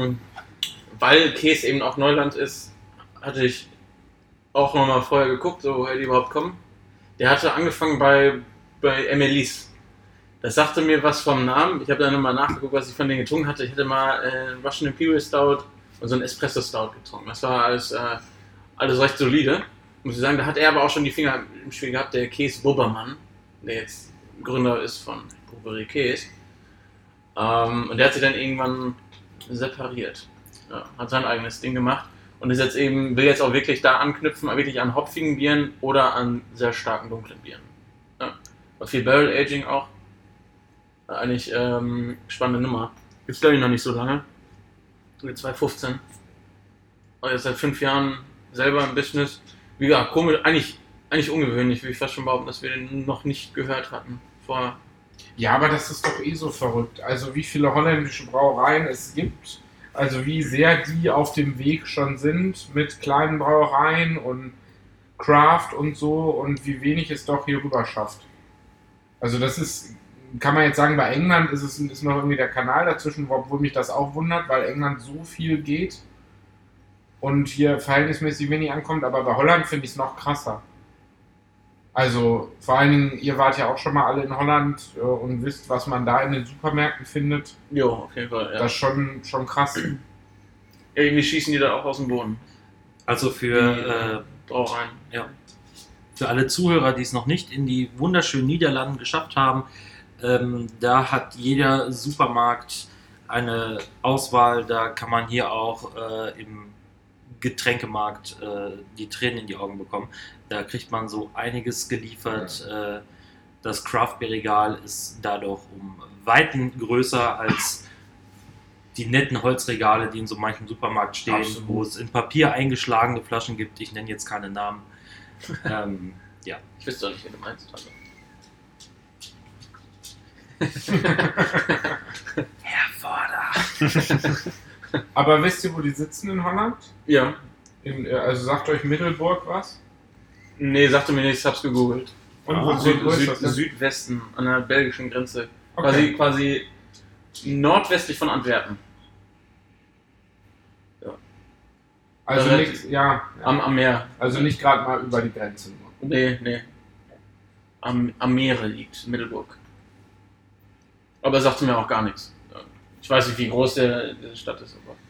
weil Käse eben auch Neuland ist, hatte ich auch nochmal vorher geguckt, so woher die überhaupt kommen. Der hatte angefangen bei Emily's. Das sagte mir was vom Namen. Ich habe dann nochmal nachgeguckt, was ich von denen getrunken hatte. Ich hatte mal Russian Imperial Stout und so ein Espresso Stout getrunken. Das war alles recht solide. Muss ich sagen, da hat er aber auch schon die Finger im Spiel gehabt, der Käse Bubbermann, der jetzt Gründer ist von Brewerie Käse. Und der hat sich dann irgendwann separiert. Ja, hat sein eigenes Ding gemacht und ist will jetzt auch wirklich da anknüpfen, wirklich an hopfigen Bieren oder an sehr starken dunklen Bieren. Ja. Und viel Barrel Aging auch. Eigentlich spannende Nummer. Gibt's glaube ich noch nicht so lange. 2015. Und jetzt seit 5 Jahren selber im Business. Wie gesagt, komisch, eigentlich ungewöhnlich, würde ich fast schon behaupten, dass wir den noch nicht gehört hatten vorher. Ja, aber das ist doch eh so verrückt. Also wie viele holländische Brauereien es gibt, also wie sehr die auf dem Weg schon sind mit kleinen Brauereien und Craft und so und wie wenig es doch hier rüber schafft. Also das ist, kann man jetzt sagen, bei England ist noch irgendwie der Kanal dazwischen, obwohl mich das auch wundert, weil England so viel geht und hier verhältnismäßig wenig ankommt, aber bei Holland finde ich es noch krasser. Also vor allen Dingen, ihr wart ja auch schon mal alle in Holland und wisst, was man da in den Supermärkten findet. Jo, auf jeden Fall, ja. Das ist schon krass. Irgendwie schießen die da auch aus dem Boden. Also für Brauereien. Für alle Zuhörer, die es noch nicht in die wunderschönen Niederlanden geschafft haben, da hat jeder Supermarkt eine Auswahl. Da kann man hier auch im Getränkemarkt die Tränen in die Augen bekommen. Da kriegt man so einiges geliefert. Das Craft-Bier-Regal ist dadurch um Weiten größer als die netten Holzregale, die in so manchem Supermarkt stehen, Absolut. wo es in Papier eingeschlagene Flaschen gibt. Ich nenne jetzt keine Namen. Ja. Ich wüsste doch nicht, wen du meinst. Also. Herr Vorder. Aber wisst ihr, wo die sitzen in Holland? Ja. Also sagt euch Middelburg was? Nee, sagte mir nicht, ich hab's gegoogelt. Und wo ist das denn? Südwesten, an der belgischen Grenze. Okay. Quasi nordwestlich von Antwerpen. Also Relativ. nicht, ja. Am Meer. Also nicht gerade mal über die Grenze. Nee. Am Meere liegt Middelburg. Aber er sagte mir auch gar nichts. Ich weiß nicht, wie groß diese Stadt ist, aber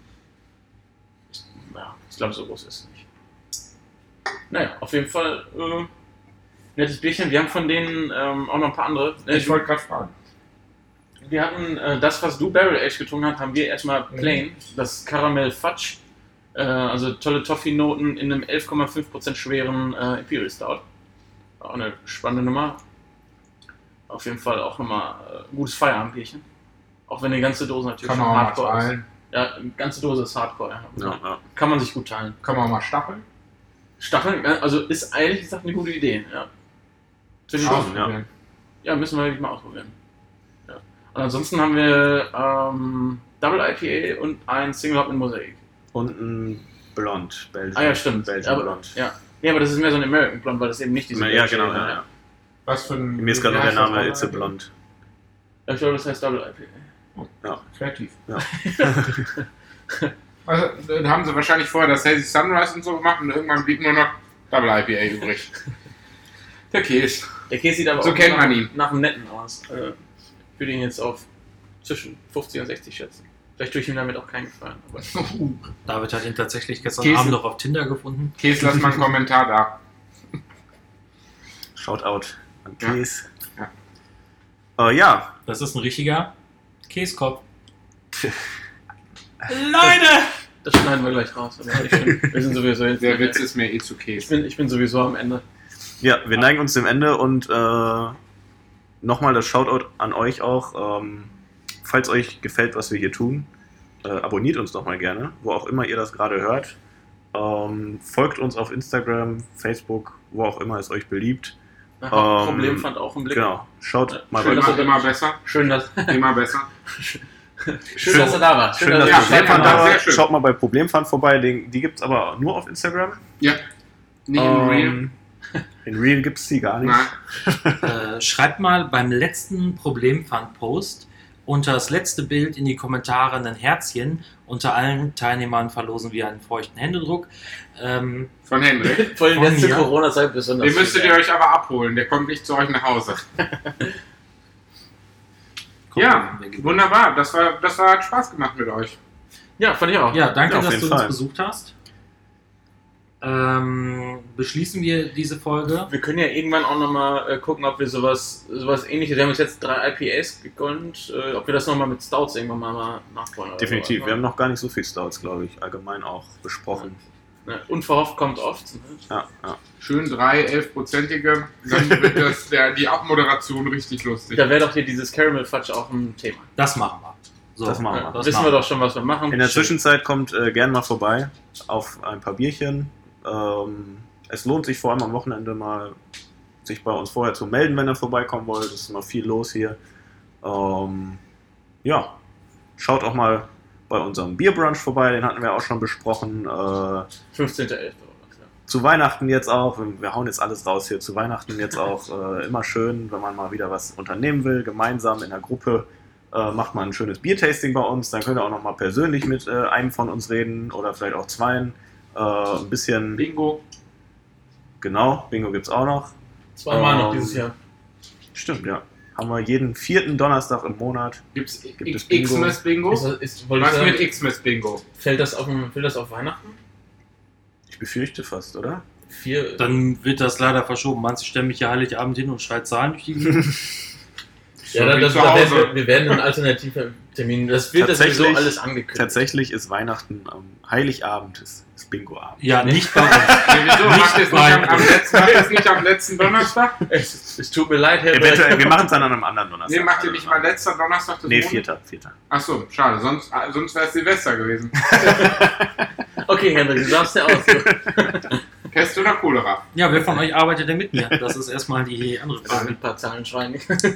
ich glaube, so groß ist es nicht. Naja, auf jeden Fall nettes Bierchen. Wir haben von denen auch noch ein paar andere. Ich wollte gerade fragen. Wir hatten das, was du Barrel Age getrunken hast, haben wir erstmal plain. Das Caramel Fudge. Also tolle Toffee-Noten in einem 11,5% schweren Imperial Stout. Auch eine spannende Nummer. Auf jeden Fall auch nochmal gutes Feierabendbierchen. Auch wenn die ganze Dose natürlich Kann schon man auch mal Hardcore ist. teilen. Ja, die ganze Dose ist Hardcore. Ja. Kann man sich gut teilen. Kann man auch mal stacheln? Stacheln, also ist eigentlich gesagt eine gute Idee. Ja. Finde ich Ah. auch. Ausprobieren. Ja, müssen wir wirklich mal ausprobieren. Ja. Und ansonsten haben wir Double IPA und ein Single Hop in Mosaik. Und ein Blond. Belgian. Ah ja, stimmt. Belgian Aber- Blond. Ja. Nee, aber das ist mehr so ein American Blond, weil das eben nicht diese Ja, Belgische genau. ist, Ja. Was für ein. Mir ist gerade wie noch der heißt das Name nochmal? It's a Blond. Ja, ich glaube, das heißt Double IPA. Kreativ. Ja. Also, dann haben sie wahrscheinlich vorher das Hazy Sunrise und so gemacht und irgendwann blieb nur noch Double IPA übrig. Der Käse. Der Käse sieht aber So auch kennt man ihn. nach dem Netten aus. Ich würde ihn jetzt auf zwischen 50 und 60 schätzen. Vielleicht tue ich ihm damit auch keinen Gefallen. Aber David hat ihn tatsächlich gestern Käse. Abend noch auf Tinder gefunden. Käse, lass mal einen Kommentar da. Shoutout an Ja. Käse. Ja. Ja, Das ist ein richtiger Käskopf. Leute! das schneiden wir gleich raus. Aber wir sind sowieso jetzt. Der Witz ist mir eh zu Käse. Ich bin sowieso am Ende. Ja, wir neigen uns dem Ende und nochmal das Shoutout an euch auch. Falls euch gefällt, was wir hier tun, abonniert uns doch mal gerne, wo auch immer ihr das gerade hört. Folgt uns auf Instagram, Facebook, wo auch immer es euch beliebt. Problem fand auch im Blick. Genau, schaut mal Schön, bei dass immer besser. Schön, dass Immer besser. Schön, dass er da war. Schön, dass Ja, Problemfund sehr da war. schön. Schaut mal bei Problemfund vorbei, die gibt es aber nur auf Instagram. Ja. Nicht in Real. In Real gibt es die gar nicht. Nein. Schreibt mal beim letzten Problemfund-Post unter das letzte Bild in die Kommentare ein Herzchen. Unter allen Teilnehmern verlosen wir einen feuchten Händedruck. Von Henrik. Vor allem Von jetzt zur mir. Corona-Zeit besonders. Den müsstet ihr euch aber abholen. Der kommt nicht zu euch nach Hause. Ja, wunderbar. Das hat Spaß gemacht mit euch. Ja, fand ich auch. Ja, danke, Ja, auf dass jeden du uns Fall. besucht hast. Beschließen wir diese Folge. Wir können ja irgendwann auch nochmal gucken, ob wir sowas ähnliches, wir haben uns jetzt 3 IPAs gegönnt, ob wir das nochmal mit Stouts irgendwann mal nachbauen. Definitiv, wir haben noch gar nicht so viel Stouts, glaube ich, allgemein auch besprochen. Unverhofft kommt oft. Ne? Ja. Schön 3 11-prozentige. Dann wird die Abmoderation richtig lustig. Da wäre doch hier dieses Caramel Fudge auch ein Thema. Das machen wir. So, Das machen wir. das Wissen machen wir doch schon, was wir machen. In der Zwischenzeit kommt gern mal vorbei auf ein paar Bierchen. Es lohnt sich vor allem am Wochenende mal, sich bei uns vorher zu melden, wenn ihr vorbeikommen wollt. Es ist immer viel los hier. Ja, schaut auch mal bei unserem Bierbrunch vorbei, den hatten wir auch schon besprochen. 15.11. Zu Weihnachten jetzt auch, wir hauen jetzt alles raus hier, zu Weihnachten jetzt auch immer schön, wenn man mal wieder was unternehmen will, gemeinsam in der Gruppe. Macht mal ein schönes Biertasting bei uns, dann könnt ihr auch noch mal persönlich mit einem von uns reden oder vielleicht auch zweien. Ein bisschen, Bingo. genau, Bingo gibt's auch noch. 2-mal noch dieses Jahr. Stimmt, ja. Haben wir jeden 4. Donnerstag im Monat. Gibt's es Bingo? Xmas Bingo? Wollte ich Was sagen, mit Xmas Bingo? fällt das auf Weihnachten? Ich befürchte fast, oder? 4. Dann wird das leider verschoben. Manche stellen mich ja Heiligabend hin und schreit Zahlen durch die Gegend. Ja, So wie das zu Hause. wir werden einen Alternativtermin. Das wird das sowieso Tatsächlich- alles angekündigt. Tatsächlich ist Weihnachten am Heiligabend, ist Bingo-Abend. Ja, nicht bei uns. Nee, wieso? Nicht Macht ihr es nicht am letzten Donnerstag? Es tut mir leid, Herr Eventuell, Berg. wir machen es dann an einem anderen Donnerstag. Nee, macht ihr nicht mal letzter Donnerstag des Nee, Monats? 4. Achso, schade. Sonst wäre es Silvester gewesen. Okay, Henrik, du darfst ja aus. Pest oder Cholera? Ja, wer von euch arbeitet denn mit mir? Das ist erstmal die andere Mit Frage. ein paar Zahlen schreien.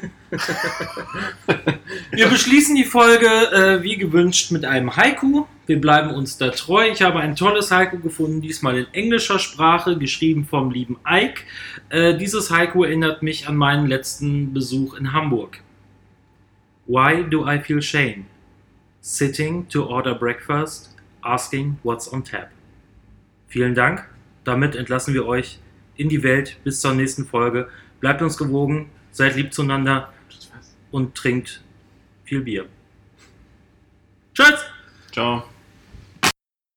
Wir beschließen die Folge wie gewünscht mit einem Haiku. Wir bleiben uns da treu. Ich habe ein tolles Haiku gefunden, diesmal in englischer Sprache, geschrieben vom lieben Ike. Dieses Haiku erinnert mich an meinen letzten Besuch in Hamburg. Why do I feel shame? Sitting to order breakfast, asking what's on tap. Vielen Dank. Damit entlassen wir euch in die Welt. Bis zur nächsten Folge. Bleibt uns gewogen, seid lieb zueinander und trinkt viel Bier. Tschüss! Ciao.